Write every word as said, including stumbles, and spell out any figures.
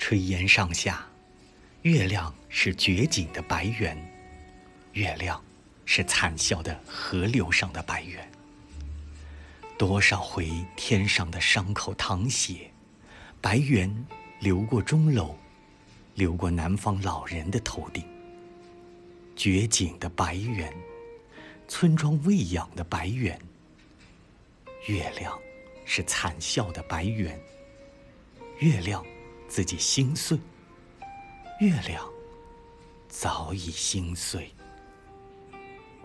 炊烟上下，月亮是绝景的白圆，月亮是惨笑的河流上的白圆。多少回天上的伤口淌血，白圆流过钟楼，流过南方老人的头顶。绝景的白圆，村庄喂养的白圆，月亮是惨笑的白圆，月亮自己心碎，月亮早已心碎。